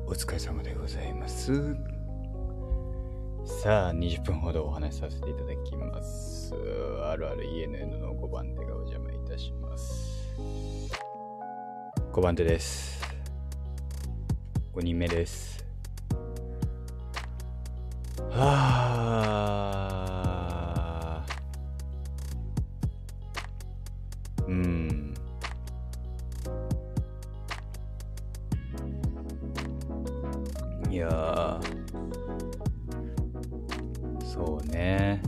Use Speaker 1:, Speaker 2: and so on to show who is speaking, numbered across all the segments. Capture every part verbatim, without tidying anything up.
Speaker 1: お疲れ様でございます。さあにじゅっぷんほどお話しさせていただきます。あるある イーエヌエヌ のごばん手がお邪魔いたします。ごばん手です。ごにんめです。はぁうーんいやーそうね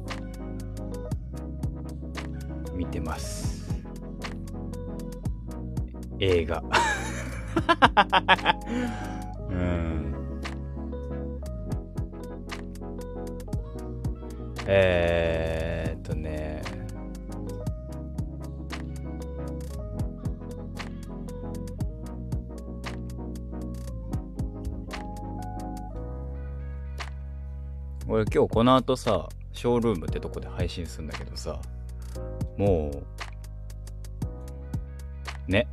Speaker 1: 見てます映画うんえーっとね俺今日この後さショールームってとこで配信するんだけどさもうね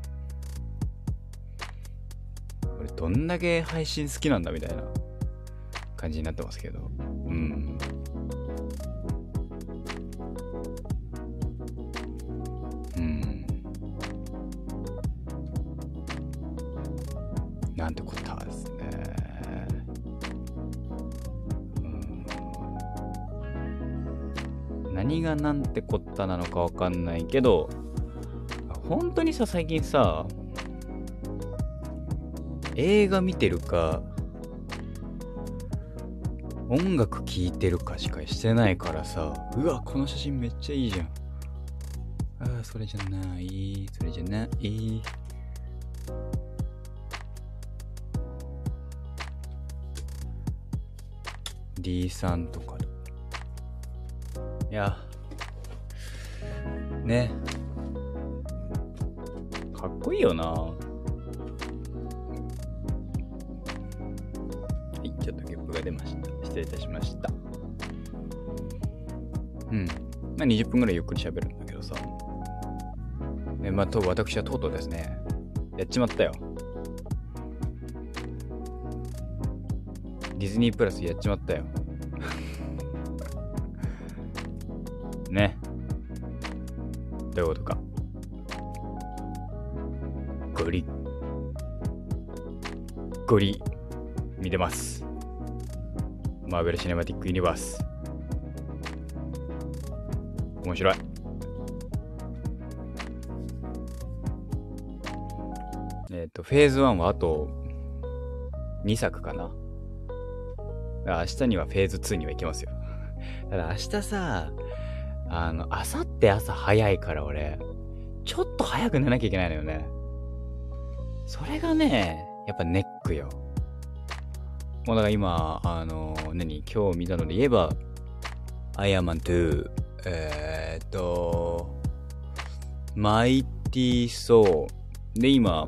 Speaker 1: 俺どんだけ配信好きなんだみたいな感じになってますけどうんうんなんてこったですね何がなんてこったなのかわかんないけど本当にさ最近さ映画見てるか音楽聴いてるかしかしてないからさうわこの写真めっちゃいいじゃんあーそれじゃないそれじゃない ディースリー とかいやねかっこいいよな。はいちょっとゲップが出ました。失礼いたしました。うんまあにじゅっぷんぐらいゆっくり喋るんだけどさえまあと私はとうとうですねやっちまったよ。ディズニープラスやっちまったよねどういうことかゴリゴリ見てますマーベル・シネマティック・ユニバース面白いえっとフェーズワンはあとにさくかな明日にはフェーズツーには行けますよただ明日さあの明後日朝早いから俺ちょっと早く寝なきゃいけないのよね。それがねやっぱネックよ。もうだから今あの何今日見たので言えばアイアンマンツーえー、っとマイティーソーで今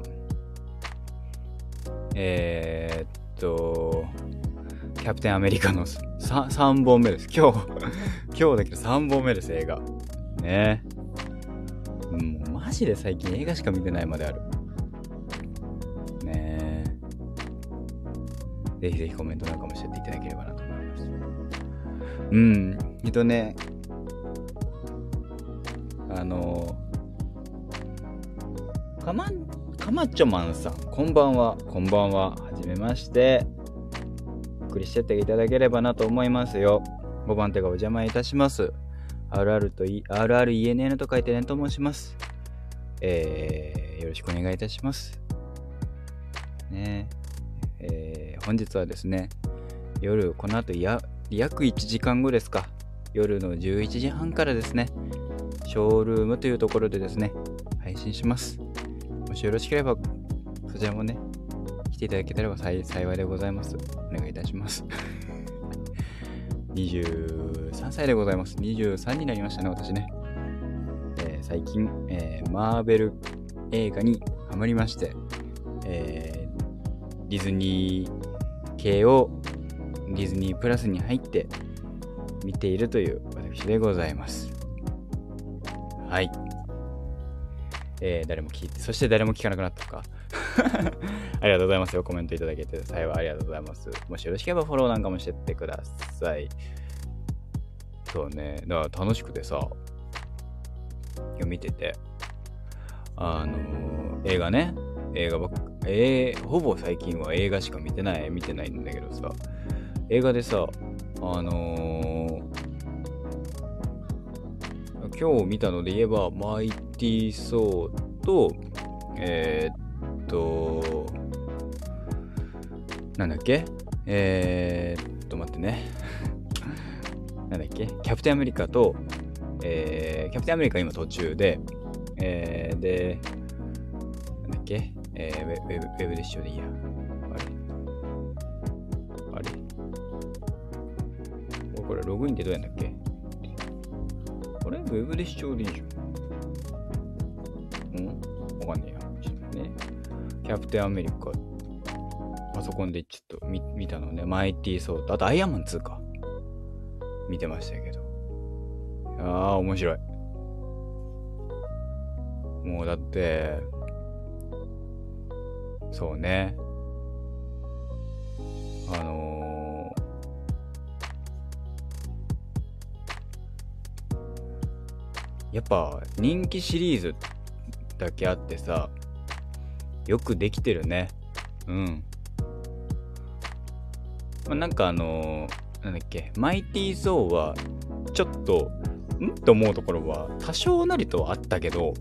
Speaker 1: えー、っとキャプテンアメリカの 3, さんぼんめです。今日今日だけどさんぼんめです映画ね。もうマジで最近映画しか見てないまであるね。ぜひぜひコメントなんかもしてっていただければなと思います。うんえっとねあのかまかまちょまんさんこんばんはこんばんははじめましてお送りしてっていただければなと思いますよ。ごばん手がお邪魔いたします。 アールアール と アールアールイーエヌエヌ と書いてねと申します。えー、よろしくお願いいたしますね。えー、本日はですね夜この後や約いちじかんごですか夜のじゅういちじはんからですねショールームというところでですね配信します。もしよろしければそちらもね来ていただけたら幸いでございます。お願いいたしますにじゅうさんさいでございます。にじゅうさんになりましたね私ね、えー、最近、えー、マーベル映画にハマりまして、えー、ディズニー系をディズニープラスに入って見ているという私でございます。はいえー、誰も聞いて、そして誰も聞かなくなったとか。ありがとうございますよ。コメントいただけて幸いありがとうございます。もしよろしければフォローなんかもしてってください。そうね。だから楽しくてさ、今日見てて、あのー、映画ね。映画ばっか、えー、ほぼ最近は映画しか見てない、見てないんだけどさ、映画でさ、あのー、今日見たので言えば、マイティー・ソーと、えー、っと、なんだっけえー、っと、待ってね。なんだっけキャプテンアメリカと、えー、キャプテンアメリカ今途中で、えー、で、なんだっけえー、ウェブ、ウェブで一緒でいいや。あれあれこれログインってどうやんだっけあれウェブで視聴でいいじゃん。うんわかんねえや。ちょっとね。キャプテンアメリカ、パソコンでちょっと 見, 見たのね。マイティー・ソーと、あとアイアンマンツーか。見てましたけど。ああ、面白い。もうだって、そうね。あのー、やっぱ人気シリーズだけあってさ、よくできてるね。うん。まあ、なんかあのー、なんだっけ、マイティー・ソーはちょっとんと思うところは多少なりとはあったけど、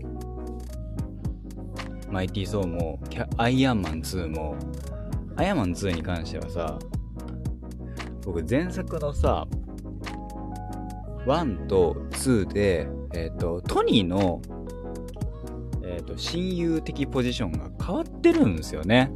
Speaker 1: マイティー・ソーもアイアンマンツーも、アイアンマンツーに関してはさ、僕前作のさワンとツーで、えっとトニーの、えっと親友的ポジションが変わってるんですよね。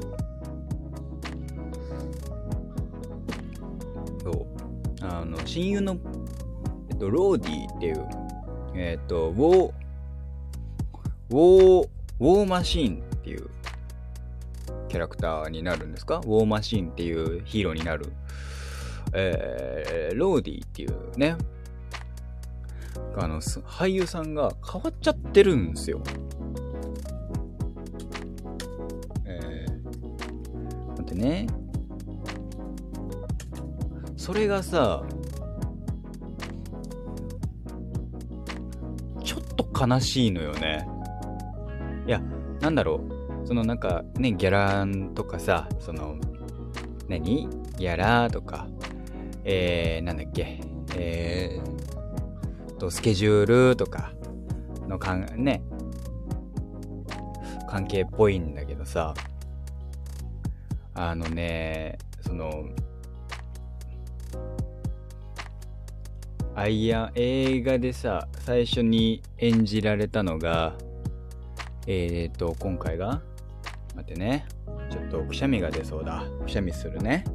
Speaker 1: そうあの親友の、えっと、ローディーっていうえっとウォーウォーウォーマシーンっていうキャラクターになるんですか？ウォーマシーンっていうヒーローになる、えー、ローディーっていうね、あの俳優さんが変わっちゃってるんですよ。えー、待ってね。それがさ、ちょっと悲しいのよね。いや、なんだろう、そのなんかね、ギャランとかさ、その何ギャラとか、えー、なんだっけ、えーとスケジュールとかのかんね関係っぽいんだけどさ、あのね、そのアイアン映画でさ、最初に演じられたのが、えーと、今回が、待ってね。ちょっとくしゃみが出そうだ。くしゃみするね。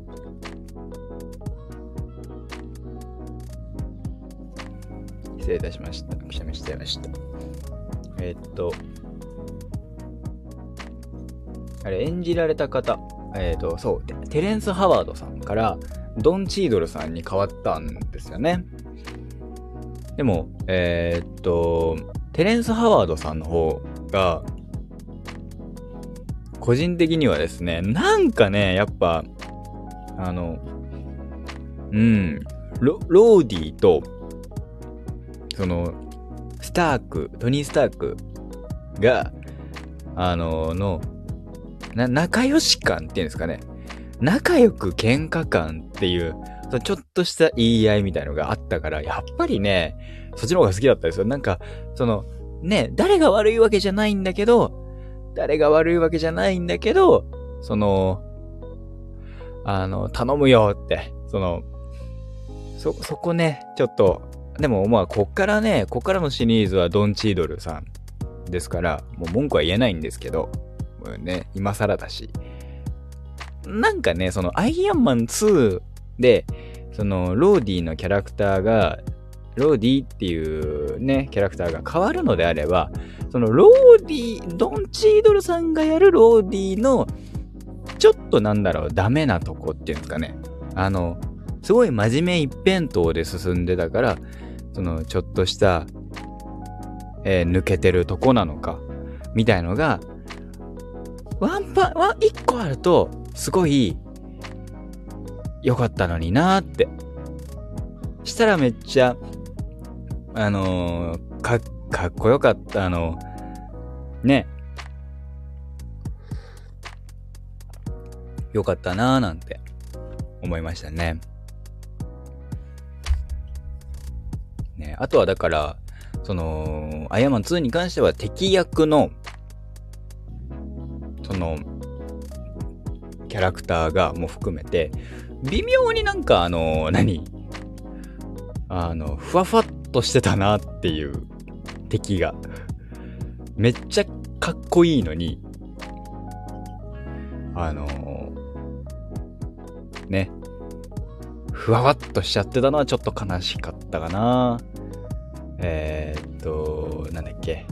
Speaker 1: 失礼いたしました。くしゃみしちゃいました。えー、っと、あれ、演じられた方、えーと、そう、テレンス・ハワードさんからドン・チードルさんに変わったんですよね。でも、えー、っと、テレンス・ハワードさんの方が個人的にはですね、なんかね、やっぱあのうんロ、ローディとそのスタークトニー・スタークがあののな仲良し感っていうんですかね、仲良く喧嘩感っていうちょっとした言い合いみたいのがあったから、やっぱりねそっちの方が好きだったですよ。なんかそのね、誰が悪いわけじゃないんだけど、誰が悪いわけじゃないんだけど、その、あの、頼むよって、その、そ、そこね、ちょっと、でもまあ、こっからね、こっからのシリーズはドン・チードルさんですから、もう文句は言えないんですけど、もうね、今更だし。なんかね、その、アイアンマンツーで、その、ローディーのキャラクターが、ローディーっていうね、キャラクターが変わるのであれば、そのローディー、ドン・チードルさんがやるローディーの、ちょっとなんだろう、ダメなとこっていうんですかね。あの、すごい真面目一辺倒で進んでたから、その、ちょっとした、えー、抜けてるとこなのか。 みたいのがワンパワン一個あるとすごい良かったのになーって。したらめっちゃあのー、かかっこよかったあのね良かったなーなんて思いましたね。ね、あとはだからそのアイアンマンツーに関しては敵役のそのキャラクターがもう含めて微妙になんかあの何あのふわふわっとしてたなっていう敵がめっちゃかっこいいのにあのねふわわっとしちゃってたのはちょっと悲しかったかな。えー、っとなんだっけ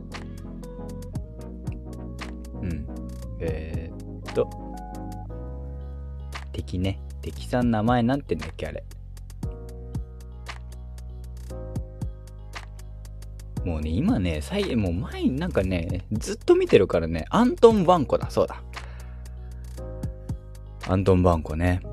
Speaker 1: うんえー、っと敵ね敵さん名前なんて言うんだっけあれ。もうね今ね最もう前になんかねずっと見てるからねアントン・バンコだそうだアントン・バンコね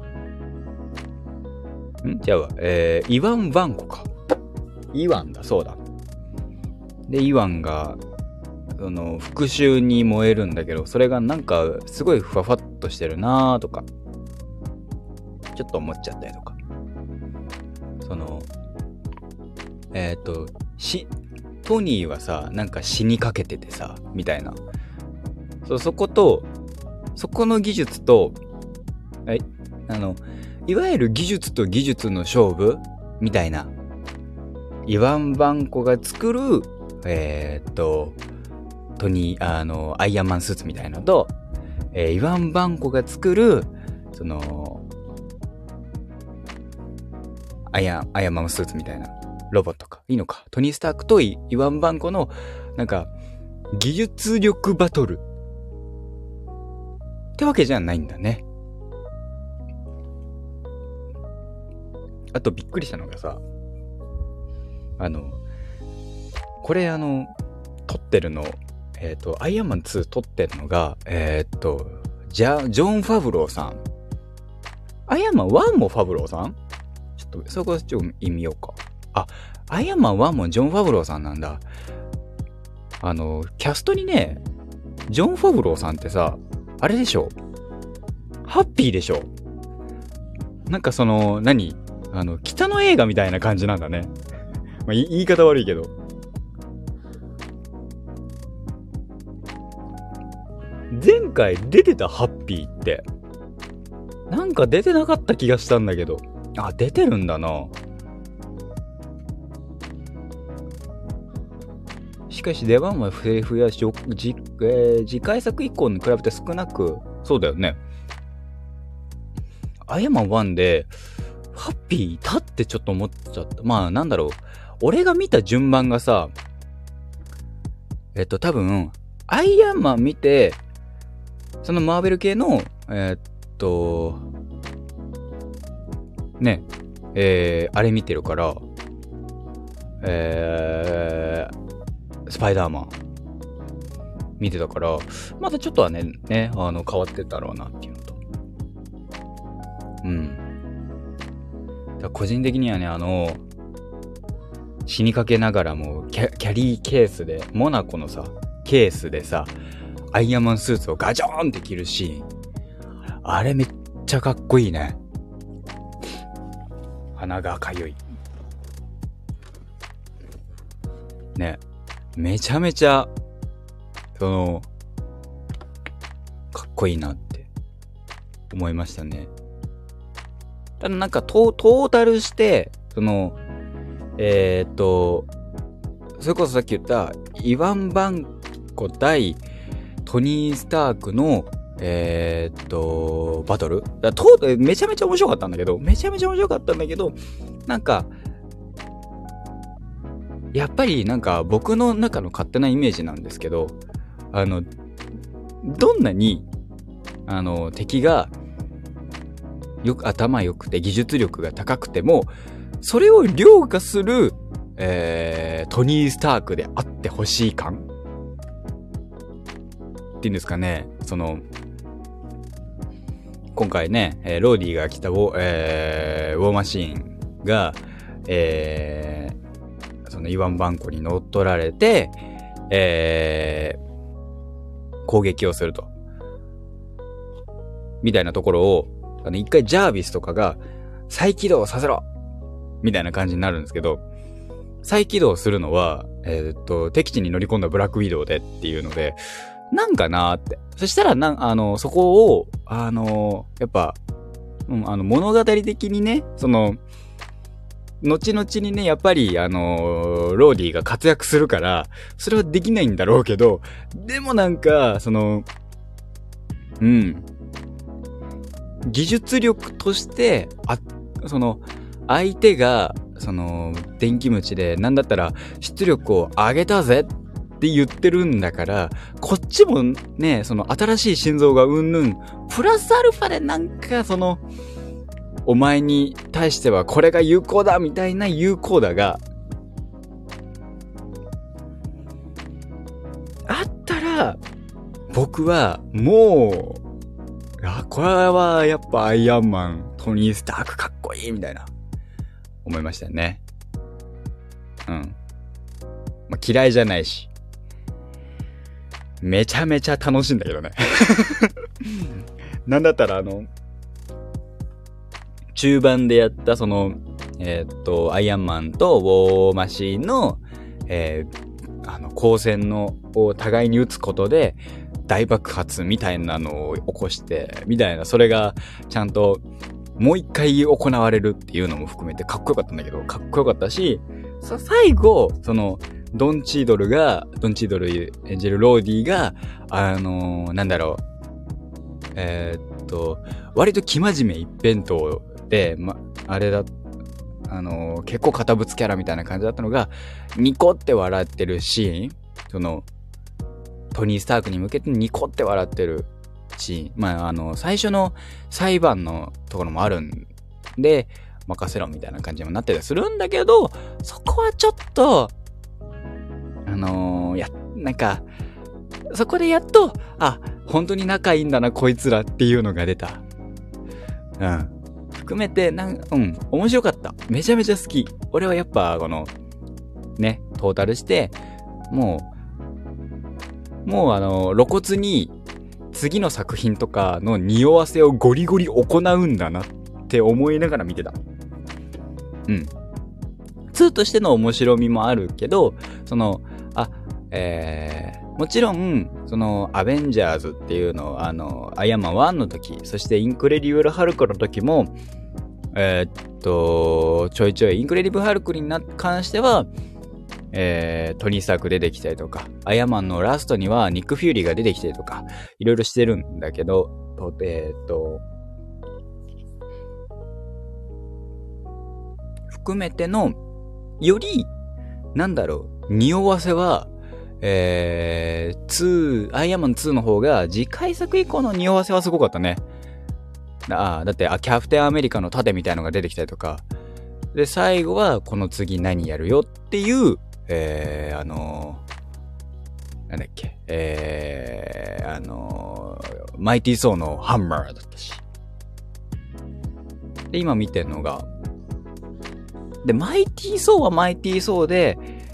Speaker 1: んじゃあ、えー、イワン・バンコかイワンだそうだ。でイワンがその復讐に燃えるんだけどそれがなんかすごいふわふわっとしてるなーとかちょっと思っちゃったりとかそのえっとしトニーはさなんか死にかけててさみたいな そ, そことそこの技術とえあのいわゆる技術と技術の勝負みたいなイワン・バンコが作るえー、っとトニーあのアイアンマンスーツみたいなのと、えー、イワン・バンコが作るそのアイアンアイアンマンスーツみたいなロボットかいいのかトニー・スタークとイワン・バンコのなんか技術力バトルってわけじゃないんだね。あとびっくりしたのがさあのこれあの撮ってるのえっとアイアンマンツー撮ってるのがえっとじゃジョン・ファブローさん。アイアンマンワンもファブローさんちょっとそこちょっと見ようか。あアイアンマンワンもジョン・ファブローさんなんだ。あのキャストにねジョン・ファブローさんってさあれでしょハッピーでしょ。なんかその何あの北の映画みたいな感じなんだね。まあ、言い方悪いけど前回出てたハッピーってなんか出てなかった気がしたんだけどあ出てるんだな。しかし出番はセリフやじ、えー、次回作以降に比べて少なくそうだよね。アイアンマンワンでハッピーいたってちょっと思っちゃった。まあなんだろう俺が見た順番がさえっと多分アイアンマン見てそのマーベル系のえー、っとねえー、あれ見てるからえー、スパイダーマン見てたからまたちょっとはねねあの変わってたろうなっていうのとうんだ個人的にはねあの死にかけながらもキ ャ, キャリーケースでモナコのさケースでさアイアンマンスーツをガチョーンって着るシーンあれめっちゃかっこいいね。鼻がかゆいねめちゃめちゃそのかっこいいなって思いましたね。ただなんかト, トータルしてそのえー、っとそれこそさっき言ったイワン・バンコ対トニー・スタークのえー、っとバトルだトータルめちゃめちゃ面白かったんだけどめちゃめちゃ面白かったんだけどなんかやっぱりなんか僕の中の勝手なイメージなんですけどあのどんなにあの敵がよく頭良くて技術力が高くてもそれを凌駕する、えー、トニー・スタークであってほしい感ていうんですかね、その、今回ね、えー、ローディが来たウォ、えー、ウォーマシーンが、えー、そのイワン・バンコに乗っ取られて、えー、攻撃をすると。みたいなところを、あの、一回ジャービスとかが再起動させろみたいな感じになるんですけど、再起動するのは、えー、っと、敵地に乗り込んだブラックウィドウでっていうので、なんかなーって。そしたら、なん、あの、そこを、あの、やっぱ、うん、あの、物語的にね、その、後々にね、やっぱり、あの、ローディが活躍するから、それはできないんだろうけど、でもなんか、その、うん、技術力として、あ、その、相手が、その、電気鞭で、なんだったら、出力を上げたぜって言ってるんだから、こっちもね、その新しい心臓がうんぬん、プラスアルファでなんかその、お前に対してはこれが有効だみたいな有効だが、あったら、僕はもう、あ、これはやっぱアイアンマン、トニー・スタークかっこいいみたいな、思いましたよね。うん。まあ、嫌いじゃないし。めちゃめちゃ楽しいんだけどね。なんだったらあの、中盤でやったその、えー、っと、アイアンマンとウォーマシーンの、えー、あの、光線のを互いに打つことで、大爆発みたいなのを起こして、みたいな、それがちゃんともう一回行われるっていうのも含めてかっこよかったんだけど、かっこよかったし、さ、最後、その、ドンチードルが、ドンチードル演じるローディが、あのー、なんだろう、えー、っと、割と生真面目一辺倒で、ま、あれだ、あのー、結構堅物キャラみたいな感じだったのが、ニコって笑ってるシーン、その、トニー・スタークに向けてニコって笑ってるシーン、まあ、あの、最初の裁判のところもあるんで、任せろみたいな感じにもなってたりするんだけど、そこはちょっと、あのー、や、なんか、そこでやっと、あ、本当に仲いいんだな、こいつらっていうのが出た。うん。含めて、なん、うん、面白かった。めちゃめちゃ好き。俺はやっぱ、この、ね、トータルして、もう、もうあの、露骨に、次の作品とかの匂わせをゴリゴリ行うんだなって思いながら見てた。うん。ツーとしての面白みもあるけど、その、あ、えー、もちろん、その、アベンジャーズっていうのを、あの、アイアンマンワンの時、そしてインクレディブル・ハルクの時も、えー、っと、ちょいちょい、インクレディブル・ハルクにな、関しては、えー、トニー・スターク出てきたりとか、アイアンマンのラストにはニック・フューリーが出てきたりとか、いろいろしてるんだけど、と、えー、っと、含めての、より、なんだろう、匂わせは、えー、ツー、アイアンマンツーの方が、次回作以降の匂わせはすごかったね。ああ、だって、あ、キャプテンアメリカの盾みたいのが出てきたりとか、で、最後は、この次何やるよっていう、えー、あのー、なんだっけ、えー、あのー、マイティーソーのハンマーだったし。で、今見てるのが、で、マイティーソーはマイティーソーで、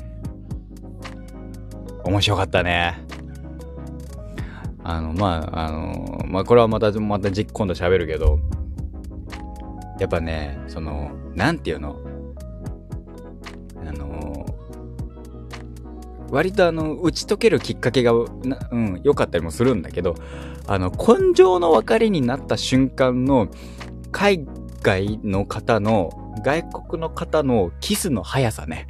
Speaker 1: 面白かったね。あの、まあ、あの、まあ、これはまた、またじ今度喋るけど、やっぱね、その、なんていうのあの、割とあの、打ち解けるきっかけが、なうん、良かったりもするんだけど、あの、根性の別れになった瞬間の、海外の方の、外国の方のキスの速さね。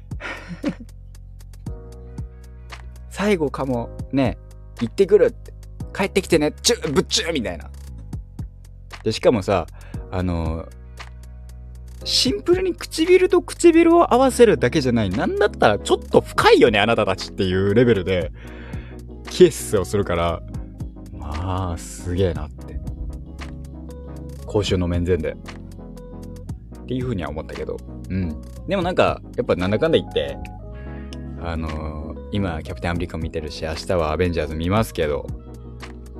Speaker 1: 最後かもね、行ってくるって、帰ってきてね、チューぶっチューみたいな。で、しかもさ、あの、シンプルに唇と唇を合わせるだけじゃない。なんだったらちょっと深いよね、あなたたちっていうレベルで、キスをするから、まあ、すげえなって。公衆の面前で。っていう風には思ったけど。うん。でもなんか、やっぱなんだかんだ言って、あのー、今、キャプテンアメリカ見てるし、明日はアベンジャーズ見ますけど、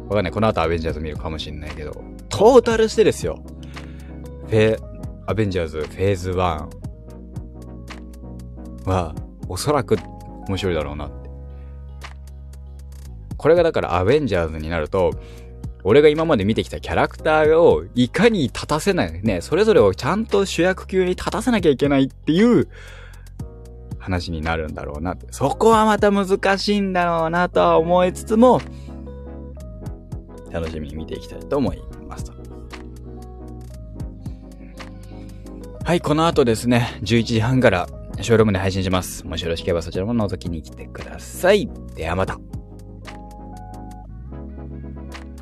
Speaker 1: わかんない。この後アベンジャーズ見るかもしれないけど、トータルしてですよ。フェ、アベンジャーズフェーズワンは、おそらく面白いだろうなって。これがだからアベンジャーズになると、俺が今まで見てきたキャラクターをいかに立たせない、ね、それぞれをちゃんと主役級に立たせなきゃいけないっていう話になるんだろうなって。そこはまた難しいんだろうなとは思いつつも、楽しみに見ていきたいと思いますと。はい、この後ですね、じゅういちじはんからショールームで配信します。もしよろしければそちらも覗きに来てください。ではまた。